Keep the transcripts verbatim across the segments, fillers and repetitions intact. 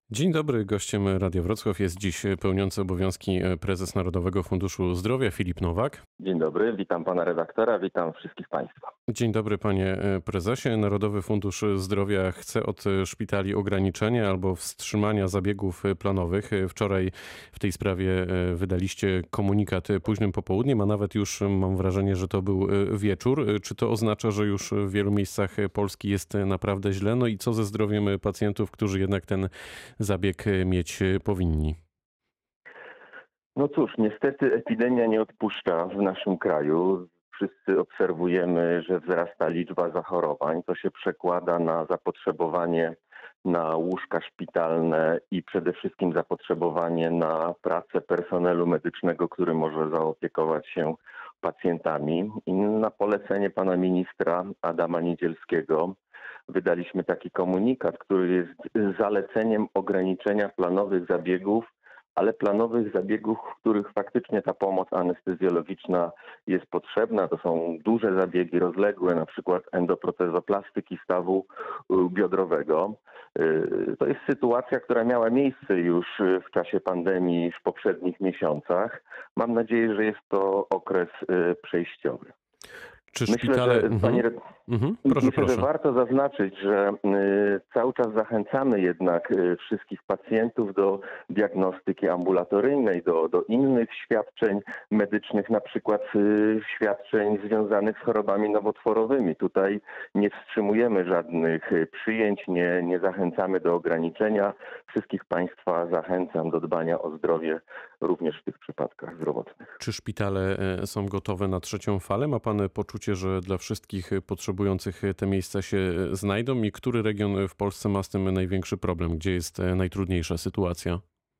Dzień dobry, gościem Radia Wrocław jest dziś pełniący obowiązki prezes Narodowego Funduszu Zdrowia Filip Nowak. Dzień dobry, witam pana redaktora, witam wszystkich państwa. Dzień dobry panie prezesie. Narodowy Fundusz Zdrowia chce od szpitali ograniczenia albo wstrzymania zabiegów planowych. Wczoraj w tej sprawie wydaliście komunikat późnym popołudniem, a nawet już mam wrażenie, że to był wieczór. Czy to oznacza, że już w wielu miejscach Polski jest naprawdę źle? No i co ze zdrowiem pacjentów, którzy jednak ten zabieg mieć powinni? No cóż, niestety epidemia nie odpuszcza w naszym kraju. Wszyscy obserwujemy, że wzrasta liczba zachorowań. To się przekłada na zapotrzebowanie na łóżka szpitalne i przede wszystkim zapotrzebowanie na pracę personelu medycznego, który może zaopiekować się pacjentami. I na polecenie pana ministra Adama Niedzielskiego wydaliśmy taki komunikat, który jest zaleceniem ograniczenia planowych zabiegów, ale planowych zabiegów, w których faktycznie ta pomoc anestezjologiczna jest potrzebna. To są duże zabiegi, rozległe, na przykład endoprotezoplastyki stawu biodrowego. To jest sytuacja, która miała miejsce już w czasie pandemii w poprzednich miesiącach. Mam nadzieję, że jest to okres przejściowy. Czy Myślę, szpitale... że Mhm. panie Mhm. Proszę, Myślę, że proszę. warto zaznaczyć, że y, cały czas zachęcamy jednak y, wszystkich pacjentów do diagnostyki ambulatoryjnej, do, do innych świadczeń medycznych, na przykład y, świadczeń związanych z chorobami nowotworowymi. Tutaj nie wstrzymujemy żadnych y, przyjęć, nie, nie zachęcamy do ograniczenia. Wszystkich państwa zachęcam do dbania o zdrowie również w tych przypadkach zdrowotnych. Czy szpitale e, są gotowe na trzecią falę? Ma pan poczucie, że dla wszystkich potrzebujących te miejsca się znajdą? I który region w Polsce ma z tym największy problem? Gdzie jest e, najtrudniejsza sytuacja?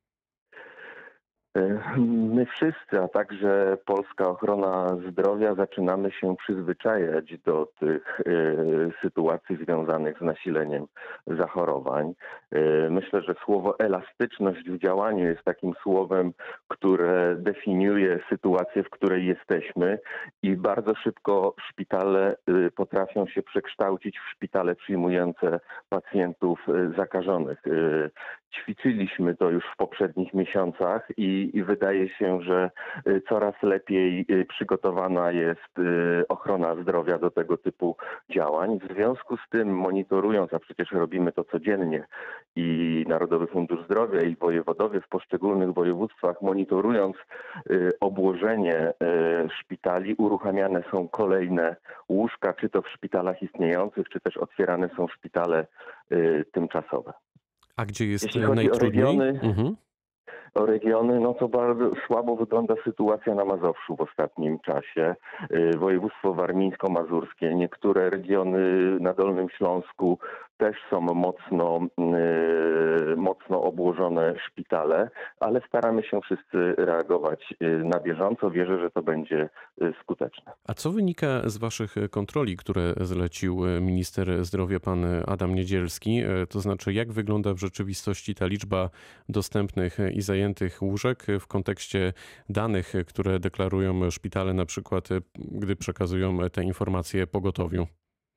My wszyscy, a także polska ochrona zdrowia zaczynamy się przyzwyczajać do tych y, sytuacji związanych z nasileniem zachorowań. Y, myślę, że słowo elastyczność w działaniu jest takim słowem, które definiuje sytuację, w której jesteśmy i bardzo szybko szpitale y, potrafią się przekształcić w szpitale przyjmujące pacjentów y, zakażonych. Y, Ćwiczyliśmy to już w poprzednich miesiącach i, i wydaje się, że y, coraz lepiej y, przygotowana jest y, ochrona zdrowia do tego typu działań. W związku z tym, monitorując, a przecież robimy to codziennie, i Narodowy Fundusz Zdrowia, i wojewodowie w poszczególnych województwach, monitorując y, obłożenie y, szpitali, uruchamiane są kolejne łóżka, czy to w szpitalach istniejących, czy też otwierane są szpitale y, tymczasowe. A gdzie jest Jeśli e, chodzi o najtrudniej? regiony, Mhm. o regiony, no to bardzo słabo wygląda sytuacja na Mazowszu w ostatnim czasie. Y, Województwo warmińsko-mazurskie, niektóre regiony na Dolnym Śląsku też są mocno, y, mocno obłożone szpitale, ale staramy się wszyscy reagować y, na bieżąco. Wierzę, że to będzie y, skuteczne. A co wynika z waszych kontroli, które zlecił minister zdrowia pan Adam Niedzielski? E, To znaczy, jak wygląda w rzeczywistości ta liczba dostępnych i zajętych łóżek w kontekście danych, które deklarują szpitale, na przykład gdy przekazują te informacje pogotowiu?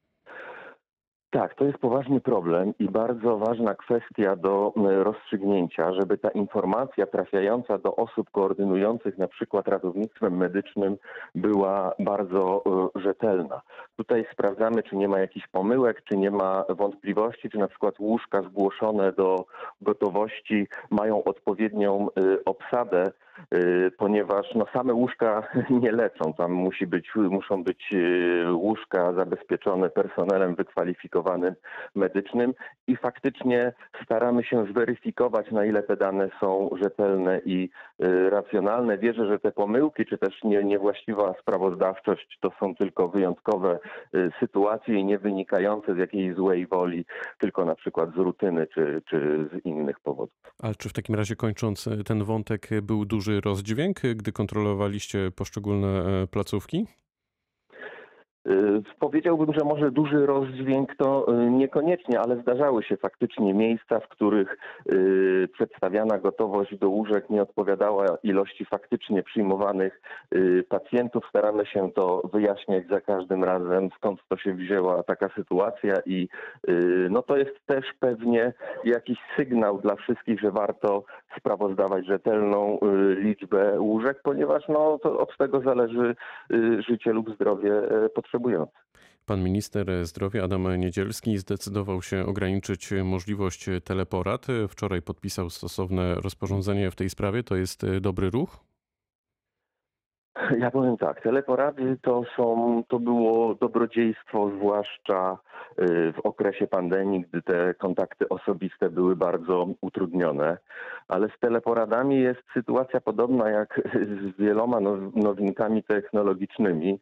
Tak, to jest poważny problem i bardzo ważna kwestia do m, rozstrzygnięcia, żeby ta informacja trafiająca do osób koordynujących na przykład ratownictwem medycznym była bardzo e, rzetelna. Tutaj sprawdzamy, czy nie ma jakichś pomyłek, czy nie ma wątpliwości, czy na przykład łóżka zgłoszone do gotowości mają odpowiednią e, obsadę, e, ponieważ no, same łóżka nie lecą. Tam musi być, muszą być e, łóżka zabezpieczone personelem wykwalifikowanym medycznym i faktycznie staramy się zweryfikować, na ile te dane są rzetelne i y, racjonalne. Wierzę, że te pomyłki, czy też nie, niewłaściwa sprawozdawczość to są tylko wyjątkowe y, sytuacje i nie wynikające z jakiejś złej woli, tylko na przykład z rutyny, czy, czy z innych powodów. Ale czy w takim razie, kończąc ten wątek, był duży rozdźwięk, gdy kontrolowaliście poszczególne e, placówki? Y, Powiedziałbym, że może duży rozdźwięk to y, niekoniecznie, ale zdarzały się faktycznie miejsca, w których y, przedstawiana gotowość do łóżek nie odpowiadała ilości faktycznie przyjmowanych y, pacjentów. Staramy się to wyjaśniać za każdym razem, skąd to się wzięła taka sytuacja i y, no to jest też pewnie jakiś sygnał dla wszystkich, że warto sprawozdawać rzetelną y, liczbę łóżek, ponieważ no, to od tego zależy y, życie lub zdrowie y, potrzebujących. Pan minister zdrowia Adam Niedzielski zdecydował się ograniczyć możliwość teleporad. Wczoraj podpisał stosowne rozporządzenie w tej sprawie. To jest dobry ruch? Ja powiem tak, teleporady to są, to było dobrodziejstwo, zwłaszcza y, w okresie pandemii, gdy te kontakty osobiste były bardzo utrudnione, ale z teleporadami jest sytuacja podobna jak z wieloma now- nowinkami technologicznymi.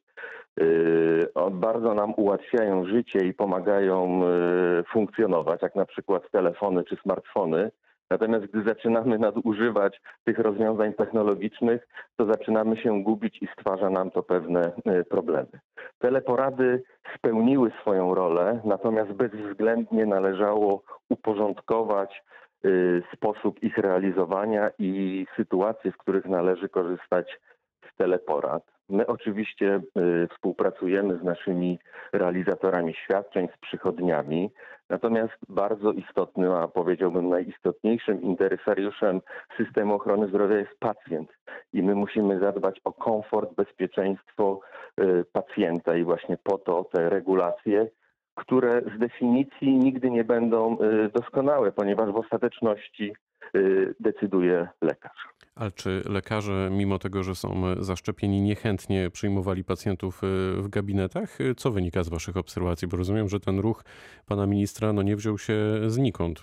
Y, on- Bardzo nam ułatwiają życie i pomagają y, funkcjonować, jak na przykład telefony czy smartfony. Natomiast gdy zaczynamy nadużywać tych rozwiązań technologicznych, to zaczynamy się gubić i stwarza nam to pewne y, problemy. Teleporady spełniły swoją rolę, natomiast bezwzględnie należało uporządkować y, sposób ich realizowania i sytuacje, w których należy korzystać z teleporad. My oczywiście y, współpracujemy z naszymi realizatorami świadczeń, z przychodniami, natomiast bardzo istotnym, a powiedziałbym najistotniejszym interesariuszem systemu ochrony zdrowia jest pacjent i my musimy zadbać o komfort, bezpieczeństwo y, pacjenta i właśnie po to te regulacje, które z definicji nigdy nie będą y, doskonałe, ponieważ w ostateczności y, decyduje lekarz. Ale czy lekarze, mimo tego, że są zaszczepieni, niechętnie przyjmowali pacjentów y, w gabinetach? Co wynika z waszych obserwacji? Bo rozumiem, że ten ruch pana ministra no, nie wziął się znikąd.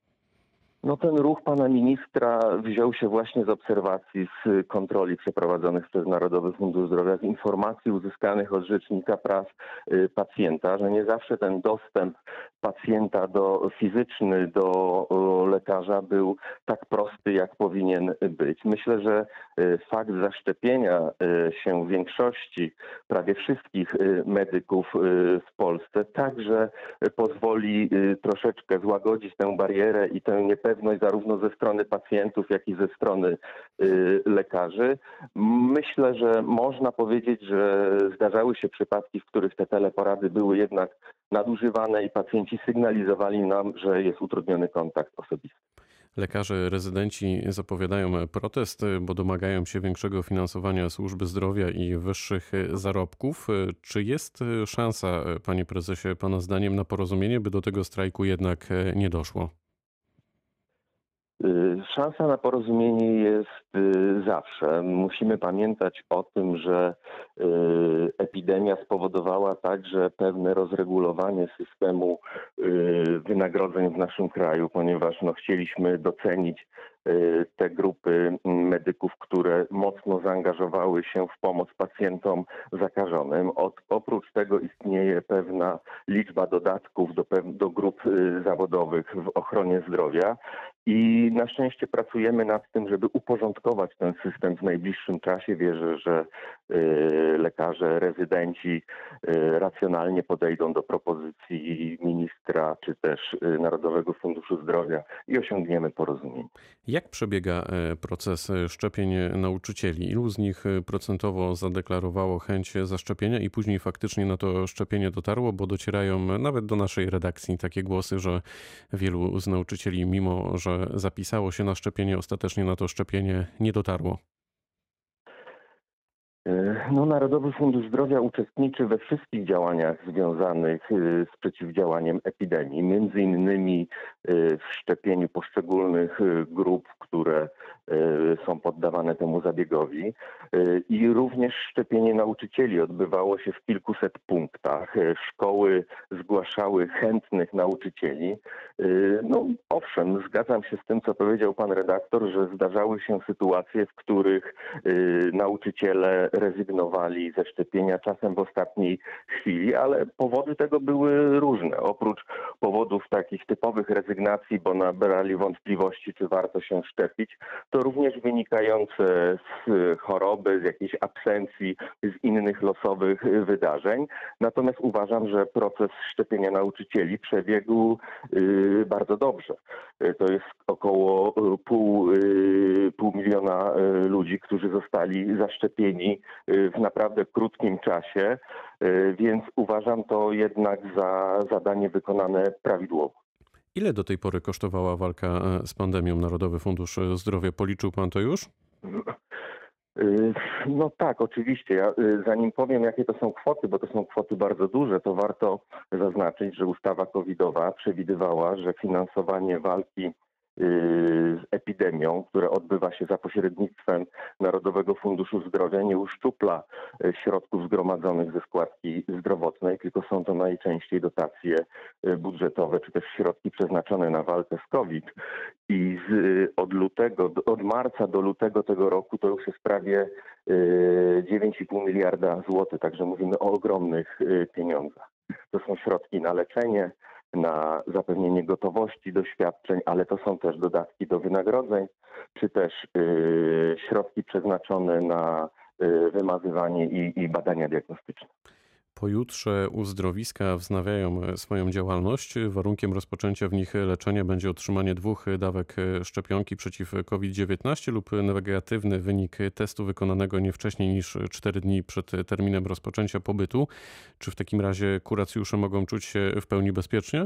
No ten ruch pana ministra wziął się właśnie z obserwacji, z kontroli przeprowadzonych przez Narodowy Fundusz Zdrowia, z informacji uzyskanych od Rzecznika Praw y, Pacjenta, że nie zawsze ten dostęp pacjenta do, fizyczny do o, lekarza był tak prosty, jak powinien być. Myślę, że y, fakt zaszczepienia y, się większości, prawie wszystkich y, medyków y, w Polsce także y, pozwoli y, troszeczkę złagodzić tę barierę i tę niepewność zarówno ze strony pacjentów, jak i ze strony y, lekarzy. Myślę, że można powiedzieć, że zdarzały się przypadki, w których te teleporady były jednak nadużywane i pacjenci sygnalizowali nam, że jest utrudniony kontakt osobisty. Lekarze rezydenci zapowiadają protest, bo domagają się większego finansowania służby zdrowia i wyższych zarobków. Czy jest szansa, panie prezesie, pana zdaniem na porozumienie, by do tego strajku jednak nie doszło? Y, Szansa na porozumienie jest y, zawsze. Musimy pamiętać o tym, że y, epidemia spowodowała także pewne rozregulowanie systemu y, wynagrodzeń w naszym kraju, ponieważ no, chcieliśmy docenić y, te grupy medyków, które mocno zaangażowały się w pomoc pacjentom zakażonym. Od, oprócz tego istnieje pewna liczba dodatków do, pew- do grup y, zawodowych w ochronie zdrowia. I na szczęście pracujemy nad tym, żeby uporządkować ten system w najbliższym czasie. Wierzę, że y, lekarze, rezydenci y, racjonalnie podejdą do propozycji ministra czy też y, Narodowego Funduszu Zdrowia i osiągniemy porozumienie. Jak przebiega e, proces e, szczepień nauczycieli? Ilu z nich e, procentowo zadeklarowało chęć zaszczepienia i później faktycznie na to szczepienie dotarło? Bo docierają nawet do naszej redakcji takie głosy, że wielu z nauczycieli, mimo że zapisało się na szczepienie, ostatecznie na to szczepienie nie dotarło. No, Narodowy Fundusz Zdrowia uczestniczy we wszystkich działaniach związanych y, z przeciwdziałaniem epidemii, między innymi y, w szczepieniu poszczególnych y, grup, które y, są poddawane temu zabiegowi y, i również szczepienie nauczycieli odbywało się w kilkuset punktach. Y, Szkoły zgłaszały chętnych nauczycieli. Y, No owszem, zgadzam się z tym, co powiedział pan redaktor, że zdarzały się sytuacje, w których y, nauczyciele rezygnowali ze szczepienia czasem w ostatniej chwili, ale powody tego były różne. Oprócz powodów takich typowych rezygnacji, bo nabrali wątpliwości, czy warto się szczepić, to również w wynikające z choroby, z jakiejś absencji, z innych losowych wydarzeń. Natomiast uważam, że proces szczepienia nauczycieli przebiegł y, bardzo dobrze. Y, To jest około y, pół, y, pół miliona y, ludzi, którzy zostali zaszczepieni y, w naprawdę krótkim czasie, y, więc uważam to jednak za zadanie wykonane prawidłowo. Ile do tej pory kosztowała walka e, z pandemią Narodowy Fundusz Zdrowia? Policzył pan to już? Y, No tak, oczywiście. Ja, y, zanim powiem, jakie to są kwoty, bo to są kwoty bardzo duże, to warto zaznaczyć, że ustawa covidowa przewidywała, że finansowanie walki y, z epidemią, które odbywa się za pośrednictwem Narodowego Funduszu Zdrowia, nie uszczupla y, środków zgromadzonych ze składki zdrowotnej, tylko są to najczęściej dotacje y, budżetowe, czy też środki przeznaczone na walkę z COVID. I z, y, od lutego, do- od marca do lutego tego roku to już jest prawie y, dziewięć i pół miliarda złotych, także mówimy o ogromnych y, pieniądzach. To są środki na leczenie, na zapewnienie gotowości do świadczeń, ale to są też dodatki do wynagrodzeń, czy też y, środki przeznaczone na y, wymazywanie i, i badania diagnostyczne. Pojutrze uzdrowiska wznawiają e, swoją działalność. Warunkiem rozpoczęcia w nich leczenia będzie otrzymanie dwóch dawek e, szczepionki przeciw COVID dziewiętnaście lub negatywny wynik testu wykonanego nie wcześniej niż cztery dni przed terminem rozpoczęcia pobytu. Czy w takim razie kuracjusze mogą czuć się w pełni bezpiecznie?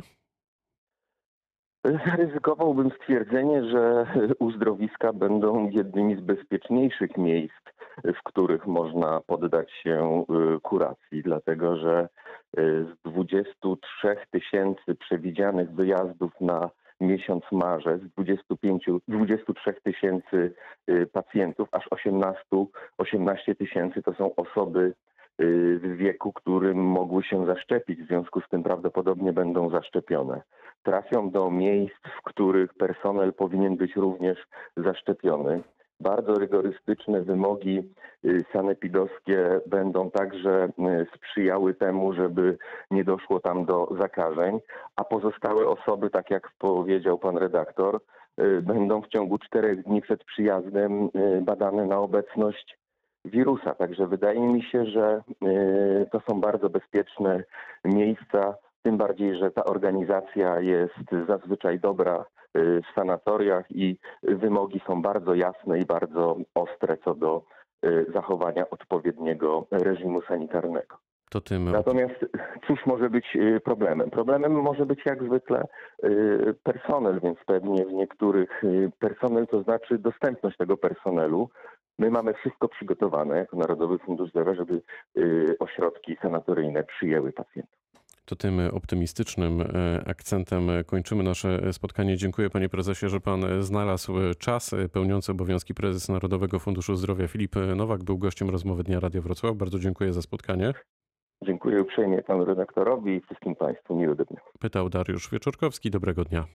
Zaryzykowałbym stwierdzenie, że uzdrowiska będą jednymi z bezpieczniejszych miejsc, w których można poddać się y, kuracji, dlatego że y, z dwudziestu trzech tysięcy przewidzianych wyjazdów na miesiąc marzec, dwudziestu pięciu, dwudziestu trzech tysięcy y, pacjentów, aż osiemnaście, osiemnaście tysięcy to są osoby y, w wieku, którym mogły się zaszczepić, w związku z tym prawdopodobnie będą zaszczepione. Trafią do miejsc, w których personel powinien być również zaszczepiony. Bardzo rygorystyczne wymogi y, sanepidowskie będą także y, sprzyjały temu, żeby nie doszło tam do zakażeń, a pozostałe osoby, tak jak powiedział pan redaktor, y, będą w ciągu czterech dni przed przyjazdem y, badane na obecność wirusa. Także wydaje mi się, że y, to są bardzo bezpieczne miejsca, tym bardziej, że ta organizacja jest zazwyczaj dobra y, w sanatoriach i wymogi są bardzo jasne i bardzo ostre co do y, zachowania odpowiedniego reżimu sanitarnego. To tym Natomiast cóż może być y, problemem? Problemem może być jak zwykle y, personel, więc pewnie w niektórych y, personel, to znaczy dostępność tego personelu. My mamy wszystko przygotowane jako Narodowy Fundusz Zdrowia, żeby y, ośrodki sanatoryjne przyjęły pacjentów. To tym optymistycznym e, akcentem kończymy nasze spotkanie. Dziękuję panie prezesie, że pan znalazł czas. Pełniący obowiązki prezes Narodowego Funduszu Zdrowia Filip Nowak był gościem rozmowy Dnia Radia Wrocław. Bardzo dziękuję za spotkanie. Dziękuję uprzejmie panu redaktorowi i wszystkim państwu. Miłego dnia. Pytał Dariusz Wieczorkowski. Dobrego dnia.